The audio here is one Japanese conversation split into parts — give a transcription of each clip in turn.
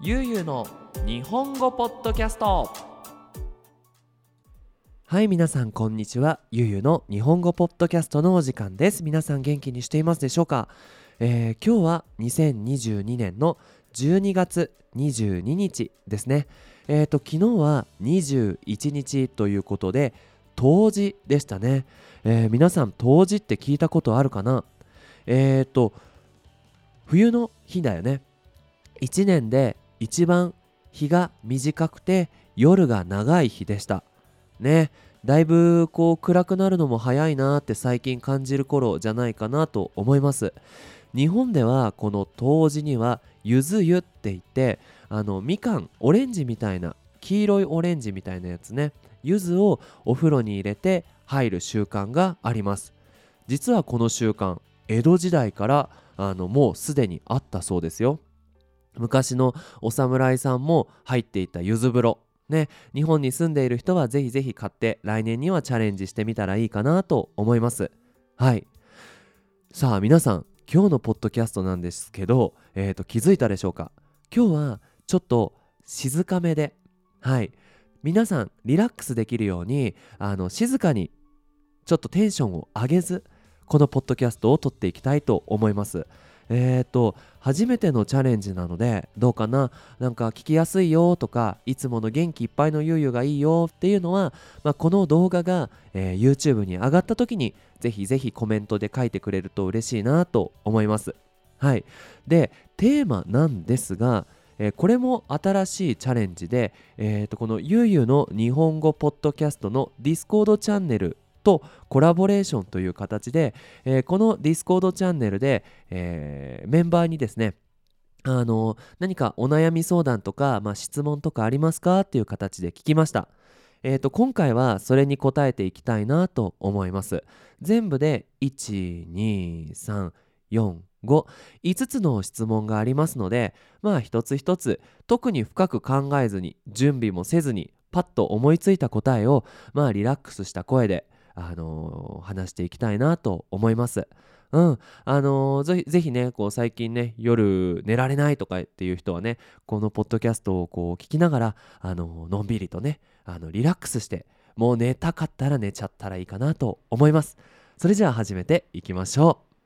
ゆうゆうの日本語ポッドキャスト。はい、皆さんこんにちは。ゆうゆうの日本語ポッドキャストのお時間です。皆さん元気にしていますでしょうか？今日は2022年の12月22日ですね。昨日は21日ということで冬至でしたね。皆さん冬至って聞いたことあるかな？冬の日だよね。1年で一番日が短くて夜が長い日でしたね。だいぶ暗くなるのも早いなって最近感じる頃じゃないかなと思います。日本ではこの冬至にはゆず湯って言って、みかんオレンジみたいな黄色いオレンジみたいなやつね、ゆずをお風呂に入れて入る習慣があります。実はこの習慣江戸時代からもうすでにあったそうですよ。昔のお侍さんも入っていた柚子風呂ね、日本に住んでいる人はぜひぜひ買って来年にはチャレンジしてみたらいいかなと思います。はい。さあ皆さん、今日のポッドキャストなんですけど、気づいたでしょうか？今日はちょっと静かめで、はい、皆さんリラックスできるように静かにちょっとテンションを上げずこのポッドキャストを撮っていきたいと思います。初めてのチャレンジなのでどうかな、なんか聞きやすいよとかいつもの元気いっぱいのゆうゆうがいいよっていうのは、この動画が、YouTube に上がった時にぜひぜひコメントで書いてくれると嬉しいなと思います。はい。でテーマなんですが、これも新しいチャレンジで、このゆうゆうの日本語ポッドキャストの Discord チャンネルとコラボレーションという形で、この Discord チャンネルで、メンバーにですね、何かお悩み相談とか、質問とかありますかっていう形で聞きました。今回はそれに答えていきたいなと思います。全部で1、2、3、4、5つの質問がありますので、一つ一つ特に深く考えずに準備もせずにパッと思いついた答えをリラックスした声で話していきたいなと思います。ぜひね、最近ね夜寝られないとかっていう人はね、このポッドキャストを聞きながらのんびりとねリラックスして、もう寝たかったら寝ちゃったらいいかなと思います。それじゃあ始めていきましょう。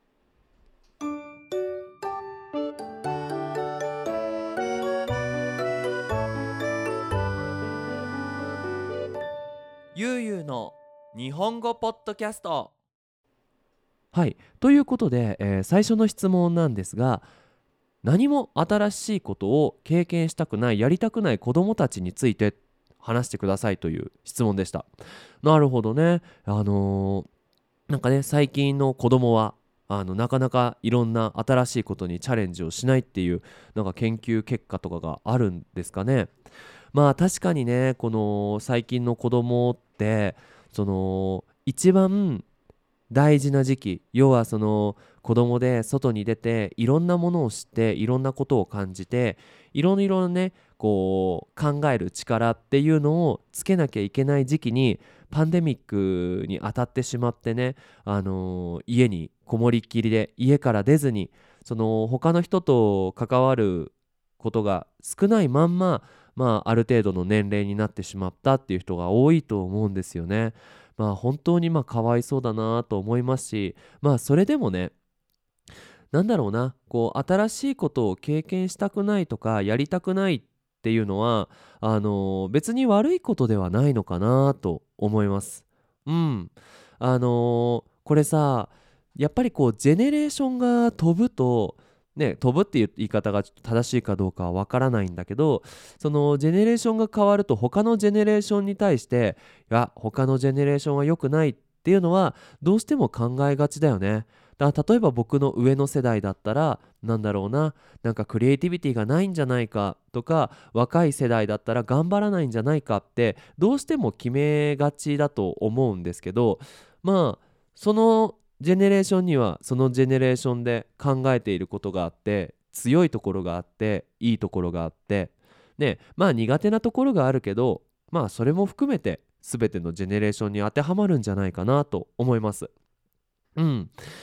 ゆうゆうの日本語ポッドキャスト。はい、ということで、最初の質問なんですが、何も新しいことを経験したくない、やりたくない子どもたちについて話してくださいという質問でした。なるほどね。なんかね、最近の子供はなかなかいろんな新しいことにチャレンジをしないっていうなんか研究結果とかがあるんですかね。確かにね、この最近の子供ってその一番大事な時期、要はその子供で外に出ていろんなものを知っていろんなことを感じていろいろね考える力っていうのをつけなきゃいけない時期にパンデミックに当たってしまってね、家にこもりっきりで家から出ずにその他の人と関わることが少ないまんま、ある程度の年齢になってしまったっていう人が多いと思うんですよね。本当にかわいそうだなと思いますし、それでもね、なんだろうな、新しいことを経験したくないとかやりたくないっていうのは別に悪いことではないのかなと思います。うん。これさ、やっぱりジェネレーションが飛ぶとね、飛ぶっていう言い方が正しいかどうかはわからないんだけど、そのジェネレーションが変わると他のジェネレーションに対して他のジェネレーションは良くないっていうのはどうしても考えがちだよね。例えば僕の上の世代だったらなんだろうな、なんかクリエイティビティがないんじゃないかとか、若い世代だったら頑張らないんじゃないかってどうしても決めがちだと思うんですけど、そのジェネレーションにはそのジェネレーションで考えていることがあって、強いところがあっていいところがあってね、苦手なところがあるけど、それも含めて全てのジェネレーションに当てはまるんじゃないかなと思います。うん。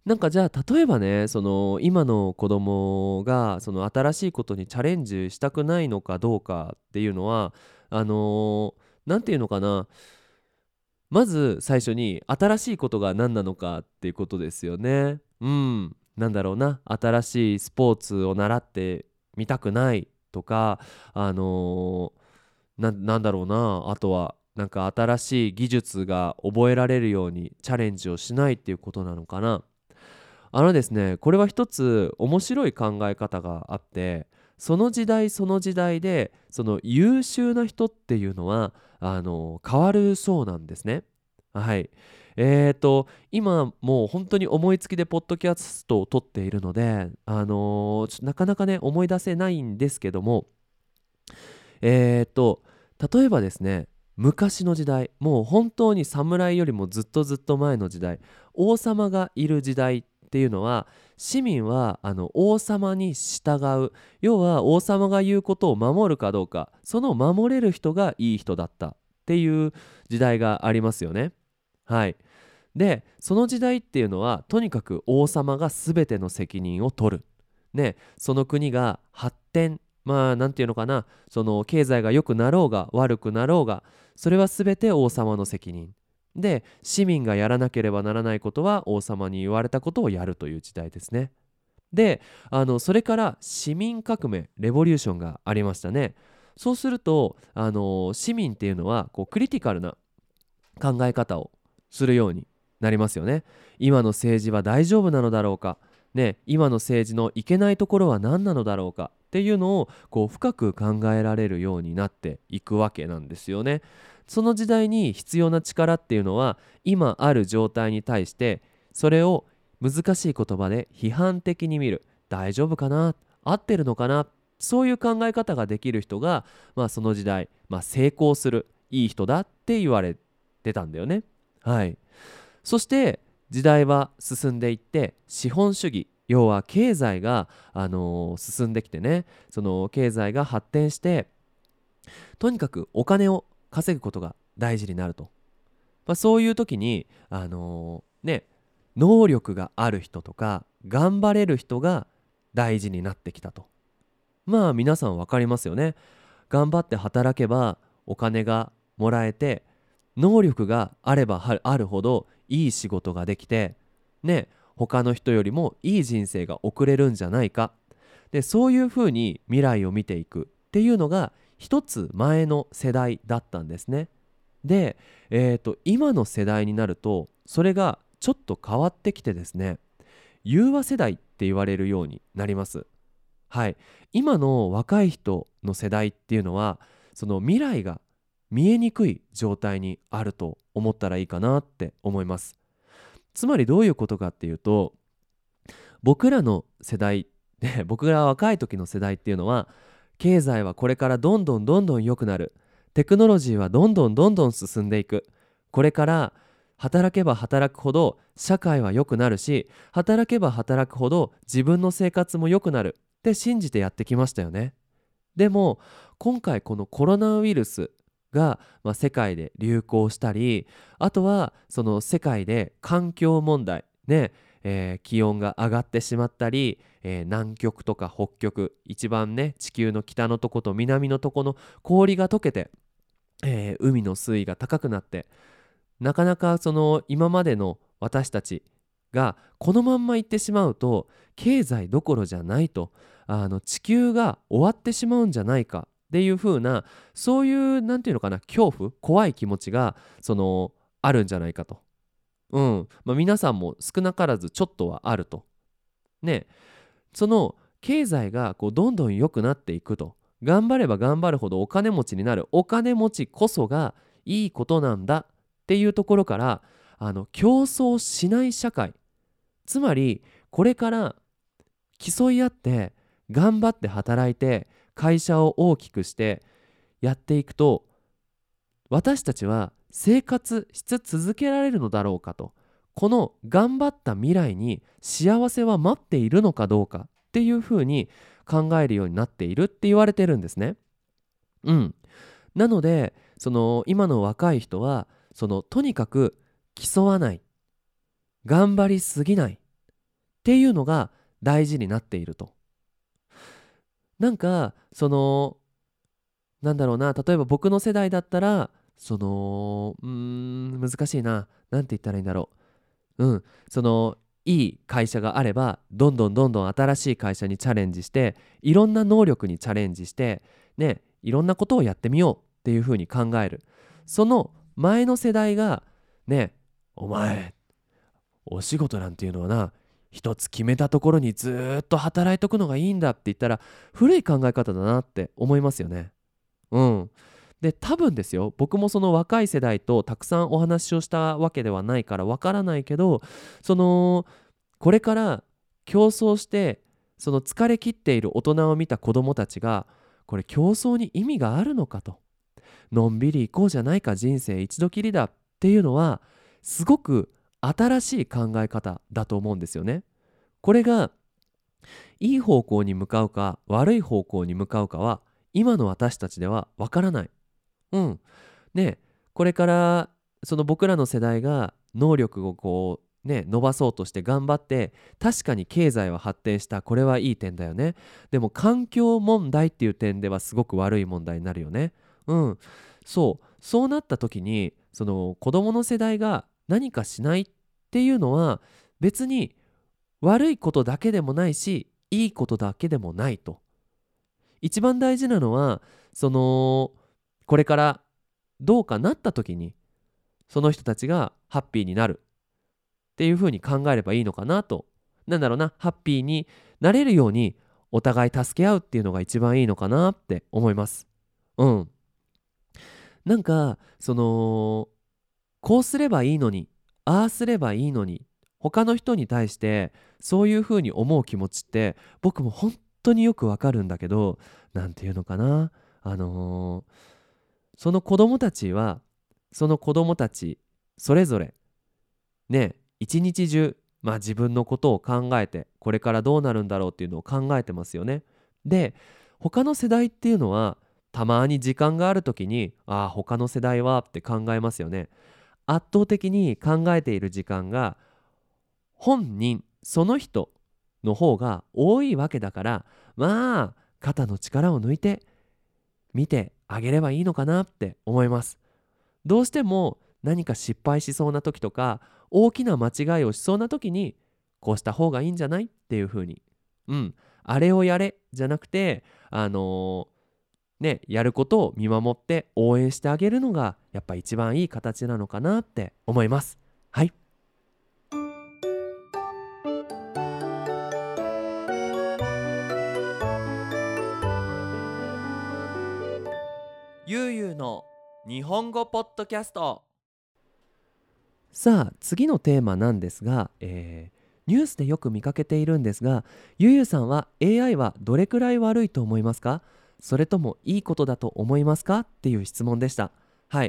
なんかじゃあ例えばね、その今の子供がその新しいことにチャレンジしたくないのかどうかっていうのは、あのなんていうのかな、まず最初に新しいことが何なのかっていうことですよね。なんだろうな、新しいスポーツを習ってみたくないとか、あのなんだろうな、あとはなんか新しい技術が覚えられるようにチャレンジをしないっていうことなのかな。ですね、これは一つ面白い考え方があって、その時代その時代でその優秀な人っていうのは変わるそうなんですね。はい。今もう本当に思いつきでポッドキャストを撮っているので、ちょっとなかなかね思い出せないんですけども、例えばですね、昔の時代、もう本当に侍よりもずっとずっと前の時代、王様がいる時代っていうのは、市民は王様に従う、要は王様が言うことを守るかどうか、その守れる人がいい人だったっていう時代がありますよね。はい。でその時代っていうのはとにかく王様が全ての責任を取る。ね、その国が発展、なんていうのかな、その経済が良くなろうが悪くなろうが、それは全て王様の責任で、市民がやらなければならないことは王様に言われたことをやるという時代ですね。でそれから市民革命レボリューションがありましたね。そうすると市民っていうのはこうクリティカルな考え方をするようになりますよね。今の政治は大丈夫なのだろうか、ね、今の政治のいけないところは何なのだろうかっていうのをこう深く考えられるようになっていくわけなんですよね。その時代に必要な力っていうのは、今ある状態に対してそれを難しい言葉で批判的に見る、大丈夫かな、合ってるのかな、そういう考え方ができる人が、その時代、成功するいい人だって言われてたんだよね。はい。そして時代は進んでいって、資本主義、要は経済が、進んできてね、その経済が発展して、とにかくお金を稼ぐことが大事になると。そういう時に能力がある人とか頑張れる人が大事になってきたと。皆さん分かりますよね。頑張って働けばお金がもらえて、能力があればあるほどいい仕事ができて、他の人よりもいい人生が送れるんじゃないか。でそういうふうに未来を見ていくっていうのが一つ前の世代だったんですね。で、今の世代になるとそれがちょっと変わってきてですね、融和世代って言われるようになります。はい。今の若い人の世代っていうのは、その未来が見えにくい状態にあると思ったらいいかなって思います。つまりどういうことかっていうと、僕らの世代で僕が若い時の世代っていうのは、経済はこれからどんどんどんどん良くなる、テクノロジーはどんどんどんどん進んでいく、これから働けば働くほど社会は良くなるし、働けば働くほど自分の生活も良くなるって信じてやってきましたよね。でも今回このコロナウイルスが、世界で流行したり、あとはその世界で環境問題ね、気温が上がってしまったり、南極とか北極、一番ね地球の北のとこと南のとこの氷が溶けて、海の水位が高くなって、なかなかその今までの私たちがこのまんま行ってしまうと経済どころじゃないと、地球が終わってしまうんじゃないかっていう風な、そういうなんていうのかな、恐怖、怖い気持ちがあるんじゃないかと。皆さんも少なからずちょっとはあると。ね、その経済がこうどんどん良くなっていくと、頑張れば頑張るほどお金持ちになる、お金持ちこそがいいことなんだっていうところから、競争しない社会、つまりこれから競い合って頑張って働いて会社を大きくしてやっていくと、私たちは生活し続けられるのだろうかと、この頑張った未来に幸せは待っているのかどうかっていうふうに考えるようになっているって言われてるんですね。なのでその今の若い人はとにかく競わない、頑張りすぎない、 っていうのが大事になっていると。なんかなんだろうな、例えば僕の世代だったら難しいな、なんて言ったらいいんだろう。いい会社があればどんどんどんどん新しい会社にチャレンジして、いろんな能力にチャレンジしてね、いろんなことをやってみようっていうふうに考える。その前の世代がね、お前お仕事なんていうのはな、一つ決めたところにずーっと働いとくのがいいんだって言ったら、古い考え方だなって思いますよね。うん。で、多分ですよ、僕もその若い世代とたくさんお話をしたわけではないからわからないけど、そのこれから競争して、その疲れ切っている大人を見た子どもたちが、これ競争に意味があるのかと、のんびり行こうじゃないか、人生一度きりだっていうのは、すごく新しい考え方だと思うんですよね。これがいい方向に向かうか悪い方向に向かうかは、今の私たちではわからない。うん。ね、これからその僕らの世代が能力を伸ばそうとして頑張って、確かに経済は発展した、これはいい点だよね。でも環境問題っていう点ではすごく悪い問題になるよね。うん。そうなった時に、その子供の世代が何かしないっていうのは、別に悪いことだけでもないし、いいことだけでもないと。一番大事なのは、そのこれからどうかなった時に、その人たちがハッピーになるっていう風に考えればいいのかなと。なんだろうな、ハッピーになれるようにお互い助け合うっていうのが一番いいのかなって思います。うん。なんかこうすればいいのに、ああすればいいのに、他の人に対してそういう風に思う気持ちって僕も本当によくわかるんだけど、なんていうのかな、あのその子供たちは、その子供たちそれぞれね、一日中、自分のことを考えて、これからどうなるんだろうっていうのを考えてますよね。で、他の世代っていうのは、たまに時間がある時に、ああ、他の世代はって考えますよね。圧倒的に考えている時間が、本人、その人の方が多いわけだから、肩の力を抜いて見てあげればいいのかなって思います。どうしても何か失敗しそうな時とか、大きな間違いをしそうな時に、こうした方がいいんじゃないっていう風に、あれをやれじゃなくて、やることを見守って応援してあげるのがやっぱ一番いい形なのかなって思います。はい。ゆうゆうの日本語ポッドキャスト。さあ次のテーマなんですが、ニュースでよく見かけているんですが、ゆうゆうさんは AI はどれくらい悪いと思いますか？それともいいことだと思いますかっていう質問でした。はい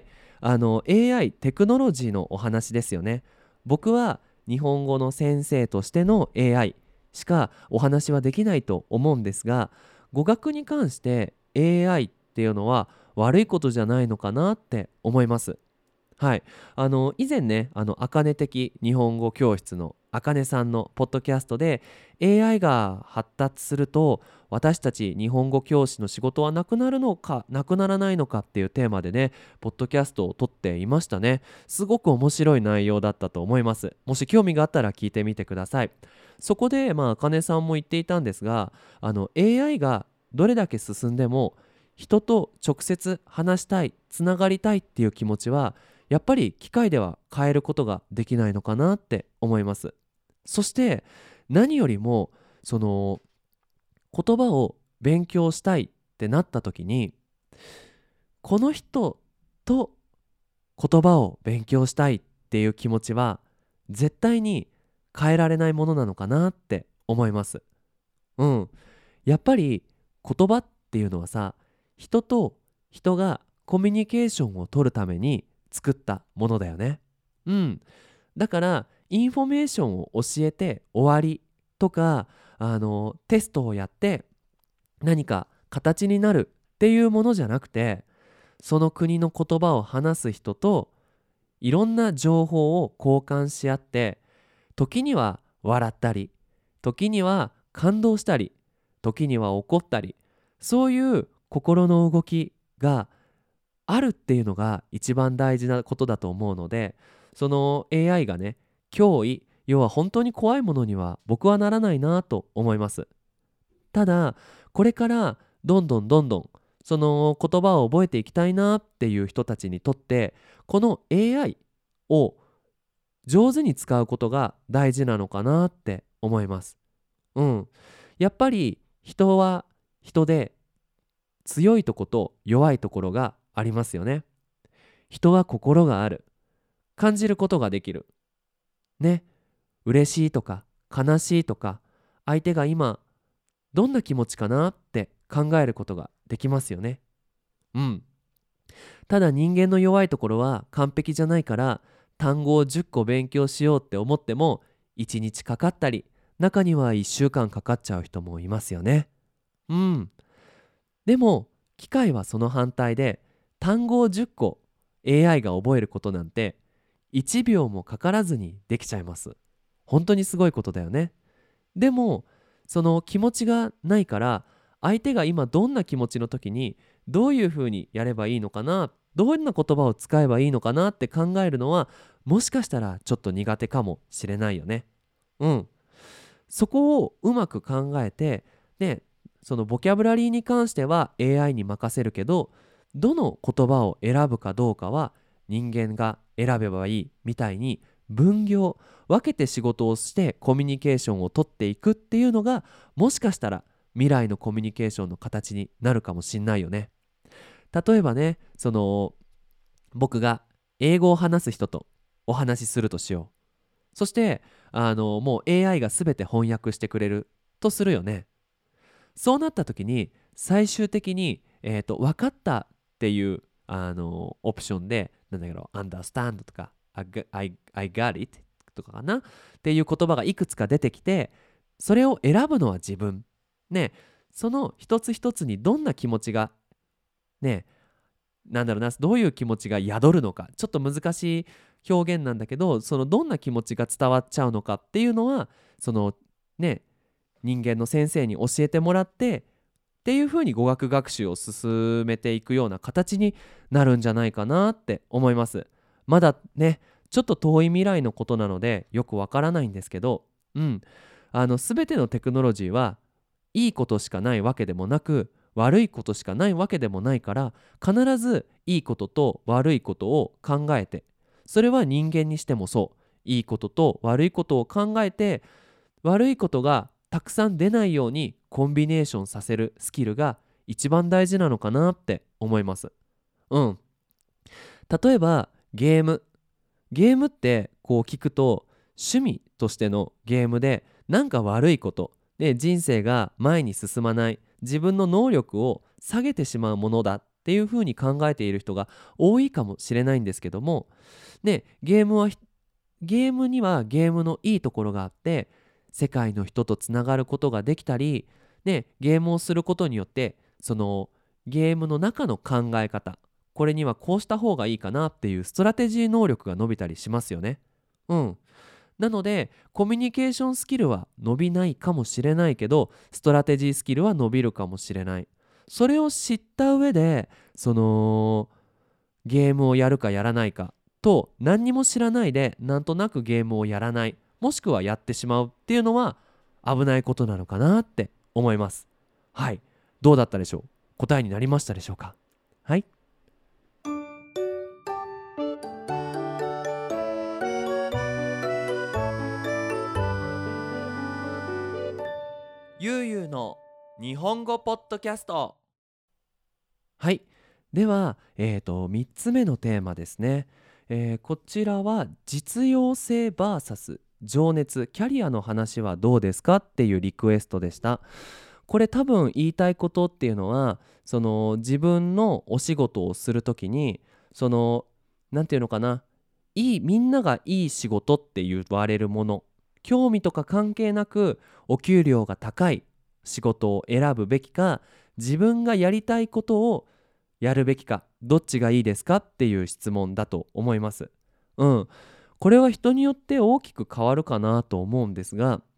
。AI テクノロジーのお話ですよね。僕は日本語の先生としての AI しかお話はできないと思うんですが、語学に関して AI っていうのは悪いことじゃないのかなって思います。はい。以前ね、あかね的日本語教室のあかねさんのポッドキャストで、 AI が発達すると私たち日本語教師の仕事はなくなるのかなくならないのかっていうテーマでね、ポッドキャストを撮っていましたね。すごく面白い内容だったと思います。もし興味があったら聞いてみてください。そこであかねさんも言っていたんですが、AI がどれだけ進んでも人と直接話したい、つながりたいっていう気持ちはやっぱり機械では変えることができないのかなって思います。そして何よりも、その言葉を勉強したいってなった時に、この人と言葉を勉強したいっていう気持ちは絶対に変えられないものなのかなって思います。うん。やっぱり言葉っていうのはさ、人と人がコミュニケーションを取るために作ったものだよね。うん。だからインフォメーションを教えて終わりとか、テストをやって何か形になるっていうものじゃなくて、その国の言葉を話す人といろんな情報を交換し合って、時には笑ったり時には感動したり、時には怒ったり、そういう心の動きがあるっていうのが一番大事なことだと思うので、その AI がね、脅威、要は本当に怖いものには僕はならないなと思います。ただ、これからどんどんその言葉を覚えていきたいなっていう人たちにとって、この AI を上手に使うことが大事なのかなって思います。うん。やっぱり人は人で強いとこと弱いところがありますよね。人は心がある。感じることができる。ね。嬉しいとか悲しいとか、相手が今どんな気持ちかなって考えることができますよね。うん。ただ人間の弱いところは完璧じゃないから、単語を10個勉強しようって思っても1日かかったり、中には1週間かかっちゃう人もいますよね。うん。でも機械はその反対で、単語を10個 AI が覚えることなんて1秒もかからずにできちゃいます。本当にすごいことだよね。でもその気持ちがないから、相手が今どんな気持ちの時にどういうふうにやればいいのかな、どんな言葉を使えばいいのかなって考えるのは、もしかしたらちょっと苦手かもしれないよね。うん。そこをうまく考えて、でそのボキャブラリーに関しては AI に任せるけど、どの言葉を選ぶかどうかは人間が選べばいいみたいに、分業分けて仕事をしてコミュニケーションをとっていくっていうのが、もしかしたら未来のコミュニケーションの形になるかもしんないよね。例えばね、僕が英語を話す人とお話しするとしよう。そしてもう AI が全て翻訳してくれるとするよね。そうなった時に最終的に、分かったっていうオプションで、なんだけど understand とか I got it とかかなっていう言葉がいくつか出てきて、それを選ぶのは自分ね。その一つ一つにどんな気持ちがね、なんだろうな、どういう気持ちが宿るのか、ちょっと難しい表現なんだけど、そのどんな気持ちが伝わっちゃうのかっていうのは、そのね、人間の先生に教えてもらってっていう風に語学学習を進めていくような形になるんじゃないかなって思います。まだね、ちょっと遠い未来のことなのでよくわからないんですけど、うん、全てのテクノロジーはいいことしかないわけでもなく、悪いことしかないわけでもないから、必ずいいことと悪いことを考えて、それは人間にしてもそう、いいことと悪いことを考えて、悪いことがたくさん出ないようにコンビネーションさせるスキルが一番大事なのかなって思います。うん。例えばゲームってこう聞くと、趣味としてのゲームでなんか悪いことで、人生が前に進まない、自分の能力を下げてしまうものだっていうふうに考えている人が多いかもしれないんですけども、ね、ゲームにはゲームのいいところがあって、世界の人とつながることができたり、ね、ゲームをすることによってそのゲームの中の考え方、これにはこうした方がいいかなっていうストラテジー能力が伸びたりしますよね。うん。なのでコミュニケーションスキルは伸びないかもしれないけど、ストラテジースキルは伸びるかもしれない。それを知った上で、そのゲームをやるかやらないかと、何にも知らないでなんとなくゲームをやらない、もしくはやってしまうっていうのは危ないことなのかなって思います。はい。どうだったでしょう。答えになりましたでしょうか。はい。ゆうゆうの日本語ポッドキャスト。はい。では、3つ目のテーマですね。こちらは実用性 VS 情熱、キャリアの話はどうですかっていうリクエストでした。これ多分言いたいことっていうのは、その自分のお仕事をするときに、そのなんていうのかな、みんながいい仕事って言われるもの、興味とか関係なくお給料が高い仕事を選ぶべきか、自分がやりたいことをやるべきか、どっちがいいですかっていう質問だと思います。うん。これは人によって大きく変わるかなと思うんですが、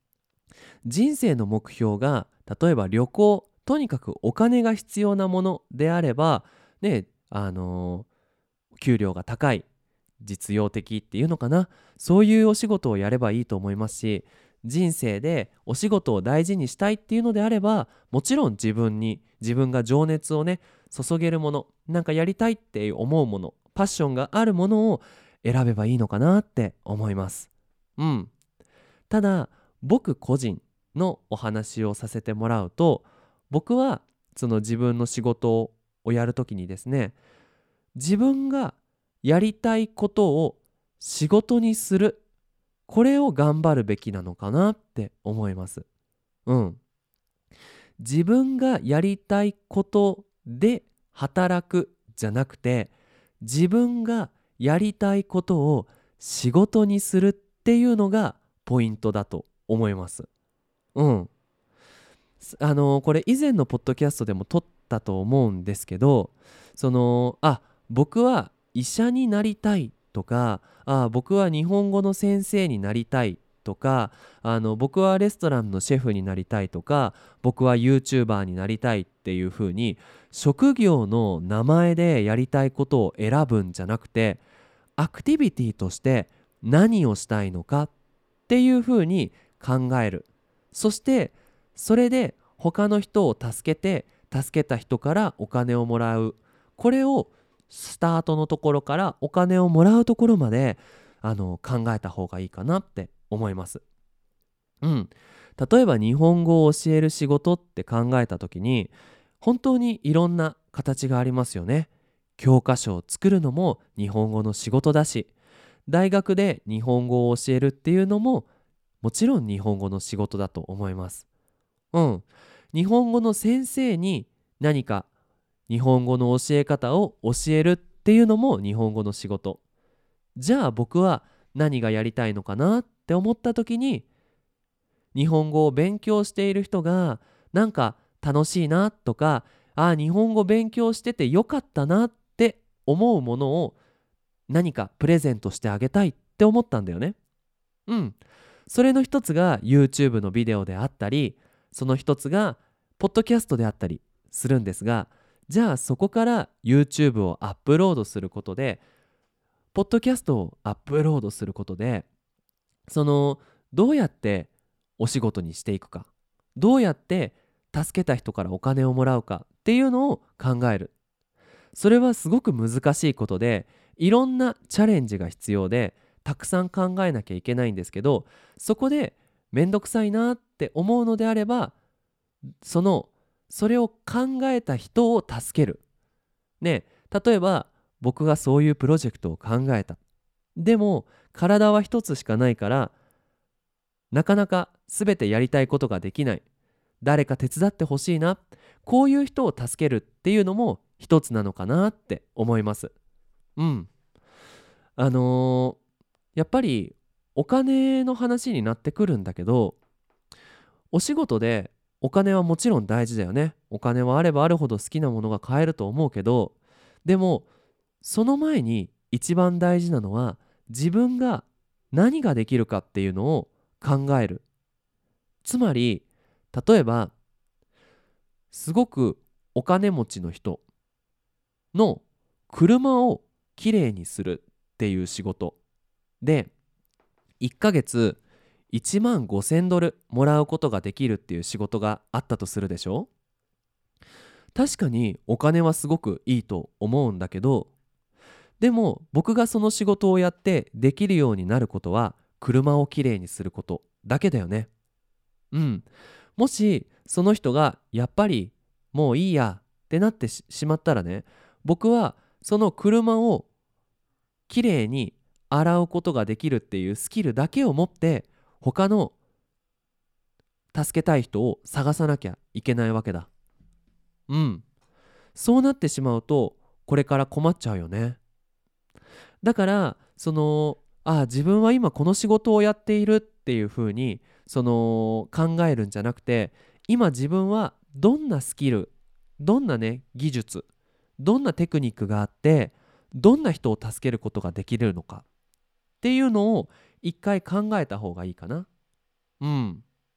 人生の目標が例えば旅行、とにかくお金が必要なものであればね、給料が高い、実用的っていうのかな、そういうお仕事をやればいいと思いますし、人生でお仕事を大事にしたいっていうのであれば、もちろん自分が情熱をね注げるもの、なんかやりたいって思うもの、パッションがあるものを選べばいいのかなって思います。うん。ただ僕個人のお話をさせてもらうと、僕はその自分の仕事をやるときにですね、自分がやりたいことを仕事にする、これを頑張るべきなのかなって思います。うん。自分がやりたいことで働くじゃなくて、自分がやりたいことを仕事にするっていうのがポイントだと思います。うん。これ以前のポッドキャストでも撮ったと思うんですけど、僕は医者になりたいとか、僕は日本語の先生になりたいとか、僕はレストランのシェフになりたいとか、僕は YouTuber になりたいっていう風に職業の名前でやりたいことを選ぶんじゃなくて、アクティビティとして何をしたいのかっていう風に考える。そしてそれで他の人を助けた人からお金をもらう。これをスタートのところからお金をもらうところまで考えた方がいいかなって思います。うん。例えば日本語を教える仕事って考えた時に、本当にいろんな形がありますよね。教科書を作るのも日本語の仕事だし、大学で日本語を教えるっていうのももちろん日本語の仕事だと思います。うん。日本語の先生に何か日本語の教え方を教えるっていうのも日本語の仕事。じゃあ僕は何がやりたいのかなって思った時に、日本語を勉強している人がなんか楽しいなとか、日本語勉強しててよかったなって思うものを何かプレゼントしてあげたいって思ったんだよね。うん。それの一つが YouTube のビデオであったり、その一つがポッドキャストであったりするんですが、じゃあそこから YouTube をアップロードすることで、ポッドキャストをアップロードすることで、そのどうやってお仕事にしていくか、どうやって助けた人からお金をもらうかっていうのを考える。それはすごく難しいことで、いろんなチャレンジが必要で、たくさん考えなきゃいけないんですけど、そこでめんどくさいなって思うのであれば、そのそれを考えた人を助ける。ね、例えば僕がそういうプロジェクトを考えた。でも体は一つしかないから、なかなか全てやりたいことができない。誰か手伝ってほしいな。こういう人を助けるっていうのも一つなのかなって思います。うん。あのーやっぱりお金の話になってくるんだけど、お仕事でお金はもちろん大事だよね。お金はあればあるほど好きなものが買えると思うけど、でもその前に一番大事なのは、自分が何ができるかっていうのを考える。つまり例えばすごくお金持ちの人の車をきれいにするっていう仕事で、1ヶ月1万5,000ドルもらうことができるっていう仕事があったとするでしょ。確かにお金はすごくいいと思うんだけど、でも僕がその仕事をやってできるようになることは車をきれいにすることだけだよね。うん。もしその人がやっぱりもういいやってなってしまったらね、僕はその車をきれいに洗うことができるっていうスキルだけを持って、他の助けたい人を探さなきゃいけないわけだ。うん。そうなってしまうとこれから困っちゃうよね。だから自分は今この仕事をやっているっていう風に考えるんじゃなくて、今自分はどんなスキル、どんなね技術、どんなテクニックがあって、どんな人を助けることができるのかっていうのを一回考えた方がいいかな。うん。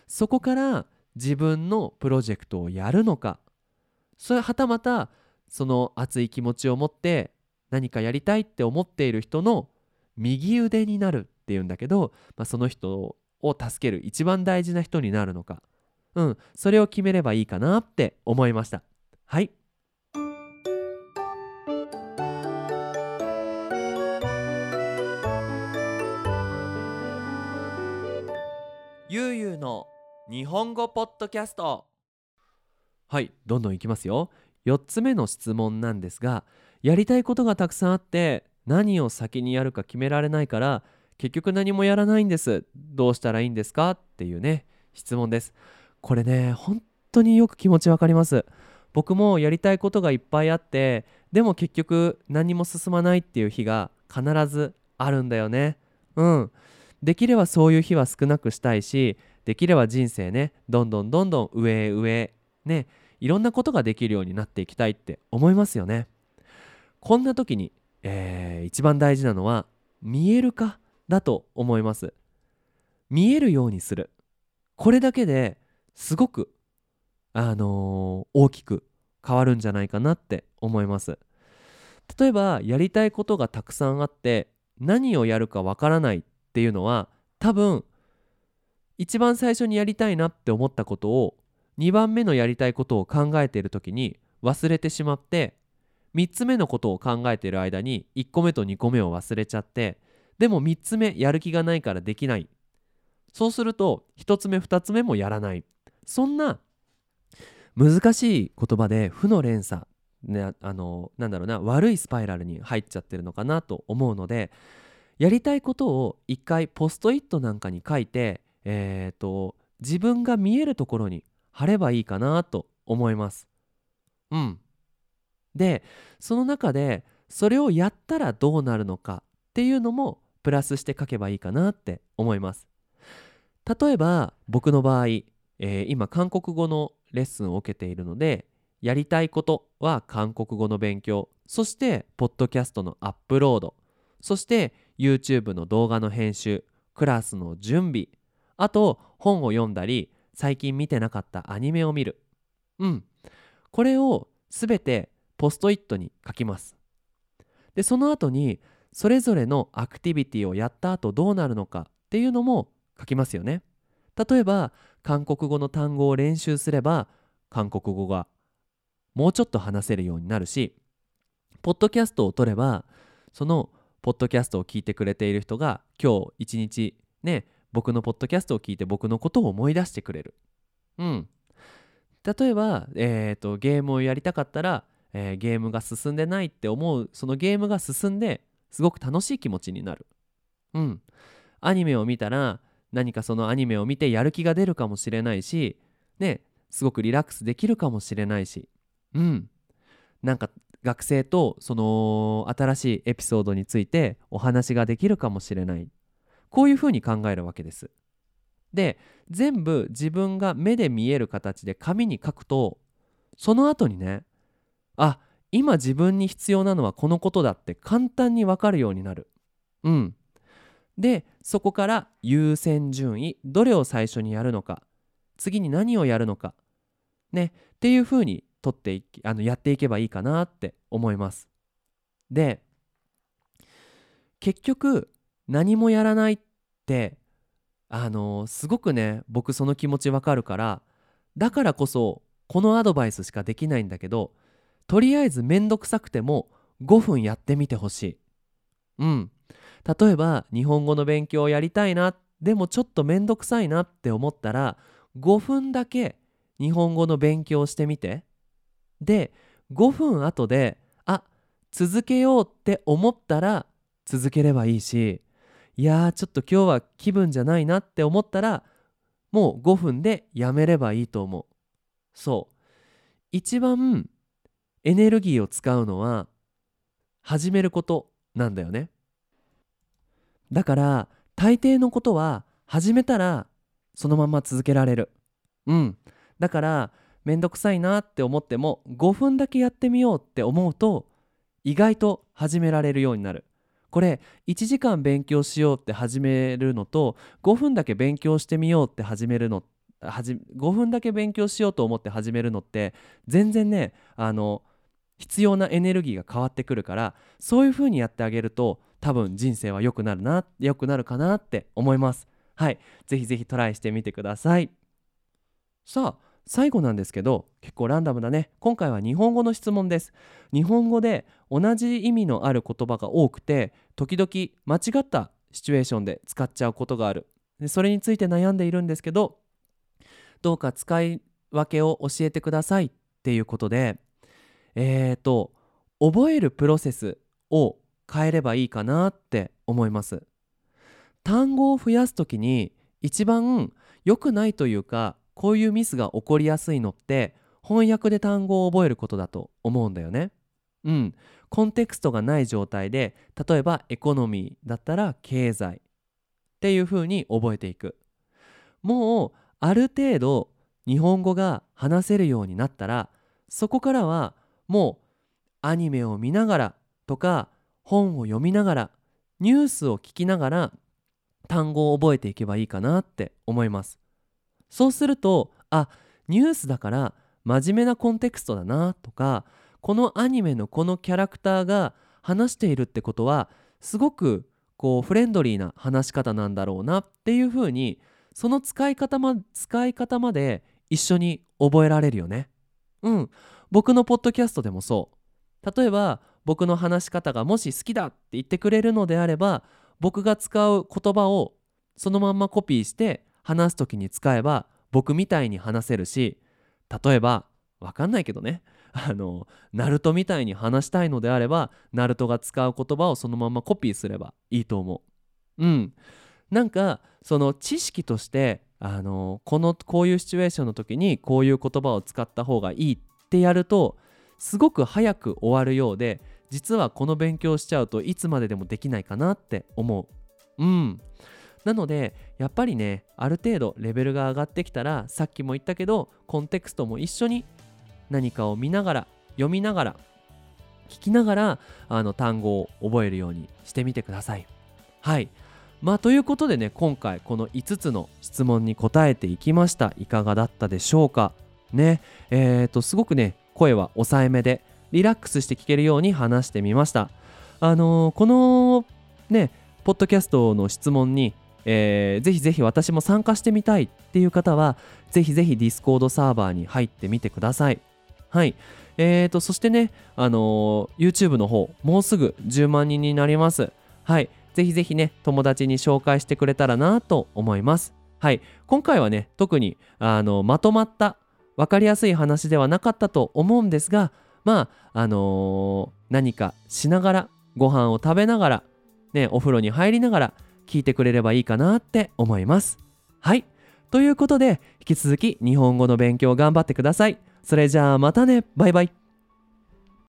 そこから自分のプロジェクトをやるのか、それはたまたその熱い気持ちを持って何かやりたいって思っている人の右腕になるっていうんだけど、その人を助ける一番大事な人になるのか、それを決めればいいかなって思いました。はい。ゆうゆうの日本語ポッドキャスト。はい、どんどんいきますよ。4つ目の質問なんですが、やりたいことがたくさんあって何を先にやるか決められないから結局何もやらないんです。どうしたらいいんですかっていうね、質問です。これね、本当によく気持ちわかります。僕もやりたいことがいっぱいあって、でも結局何も進まないっていう日が必ずあるんだよね。できればそういう日は少なくしたいし、できれば人生ね、どんどんどんどん上へ上へね、いろんなことができるようになっていきたいって思いますよね。こんな時に、一番大事なのは見える化だと思います。見えるようにする。これだけですごく、大きく変わるんじゃないかなって思います。例えばやりたいことがたくさんあって何をやるかわからないっていうのは、多分一番最初にやりたいなって思ったことを2番目のやりたいことを考えている時に忘れてしまって、3つ目のことを考えている間に1個目と2個目を忘れちゃって、でも3つ目やる気がないからできない。そうすると1つ目2つ目もやらない。そんな難しい言葉で負の連鎖、ね、なんだろうな、悪いスパイラルに入っちゃってるのかなと思うので、やりたいことを一回ポストイットなんかに書いて、自分が見えるところに貼ればいいかなと思います。うん。で、その中でそれをやったらどうなるのかっていうのもプラスして書けばいいかなって思います。例えば僕の場合、今韓国語のレッスンを受けているので、やりたいことは韓国語の勉強、そしてポッドキャストのアップロード、そして YouTube の動画の編集、クラスの準備、あと本を読んだり最近見てなかったアニメを見る。これをすべてポストイットに書きます。でその後にそれぞれのアクティビティをやった後どうなるのかっていうのも書きますよね。例えば韓国語の単語を練習すれば韓国語がもうちょっと話せるようになるし、ポッドキャストを取ればそのポッドキャストを聞いてくれている人が今日一日ね、僕のポッドキャストを聞いて僕のことを思い出してくれる。例えば、ゲームをやりたかったら、ゲームが進んでないって思うそのゲームが進んですごく楽しい気持ちになる。アニメを見たら何かそのアニメを見てやる気が出るかもしれないし、ね、すごくリラックスできるかもしれないし、なんか学生とその新しいエピソードについてお話ができるかもしれない。こういうふうに考えるわけです。で、全部自分が目で見える形で紙に書くと、その後にね、あ、今自分に必要なのはこのことだって簡単に分かるようになる。で、そこから優先順位、どれを最初にやるのか、次に何をやるのか、ね、っていうふうに取ってやっていけばいいかなって思います。で、結局何もやらないってすごくね、僕その気持ちわかるから、だからこそこのアドバイスしかできないんだけど、とりあえずめんどくさくても5分やってみてほしい。例えば日本語の勉強をやりたいな、でもちょっとめんどくさいなって思ったら5分だけ日本語の勉強をしてみて。で5分後で続けようって思ったら続ければいいし、いやーちょっと今日は気分じゃないなって思ったらもう5分でやめればいいと思う。そう、一番エネルギーを使うのは始めることなんだよね。だから大抵のことは始めたらそのまま続けられる。だからめんどくさいなって思っても5分だけやってみようって思うと意外と始められるようになる。これ1時間勉強しようって始めるのと5分だけ勉強してみようって始めるの 5分だけ勉強しようと思って始めるのって全然ね必要なエネルギーが変わってくるから、そういう風にやってあげると多分人生は良くなるかなって思います。はい、ぜひぜひトライしてみてください。さあ最後なんですけど、結構ランダムだね。今回は日本語の質問です。日本語で同じ意味のある言葉が多くて、時々間違ったシチュエーションで使っちゃうことがある。でそれについて悩んでいるんですけど、どうか使い分けを教えてくださいっていうことで、覚えるプロセスを変えればいいかなって思います。単語を増やすときに一番良くないというか、こういうミスが起こりやすいのって翻訳で単語を覚えることだと思うんだよね。コンテクストがない状態で、例えばエコノミーだったら経済っていう風に覚えていく。もうある程度日本語が話せるようになったら、そこからはもうアニメを見ながらとか本を読みながらニュースを聞きながら単語を覚えていけばいいかなって思います。そうすると、ニュースだから真面目なコンテクストだなとか、このアニメのこのキャラクターが話しているってことはすごくこうフレンドリーな話し方なんだろうなっていう風に、その使い方まで一緒に覚えられるよね。僕のポッドキャストでもそう。例えば僕の話し方がもし好きだって言ってくれるのであれば、僕が使う言葉をそのまんまコピーして話す時に使えば僕みたいに話せるし、例えばわかんないけどね、ナルトみたいに話したいのであればナルトが使う言葉をそのままコピーすればいいと思う。なんかその知識として、こういうシチュエーションの時にこういう言葉を使った方がいいってやると、すごく早く終わるようで、実はこの勉強しちゃうといつまででもできないかなって思う。なのでやっぱりね、ある程度レベルが上がってきたら、さっきも言ったけどコンテクストも一緒に何かを見ながら読みながら聞きながら単語を覚えるようにしてみてください。はい、ということでね、今回この5つの質問に答えていきました。いかがだったでしょうかね。すごくね声は抑えめでリラックスして聞けるように話してみました。このねポッドキャストの質問に、ぜひぜひ私も参加してみたいっていう方は、ぜひぜひディスコードサーバーに入ってみてください。はい、そしてね、YouTube の方もうすぐ10万人になります。はい、ぜひぜひね友達に紹介してくれたらなと思います。はい、今回はね特にまとまった分かりやすい話ではなかったと思うんですが、何かしながら、ご飯を食べながらね、お風呂に入りながら聞いてくれればいいかなって思います。はい、ということで引き続き日本語の勉強頑張ってください。それじゃあまたね、バイバイ。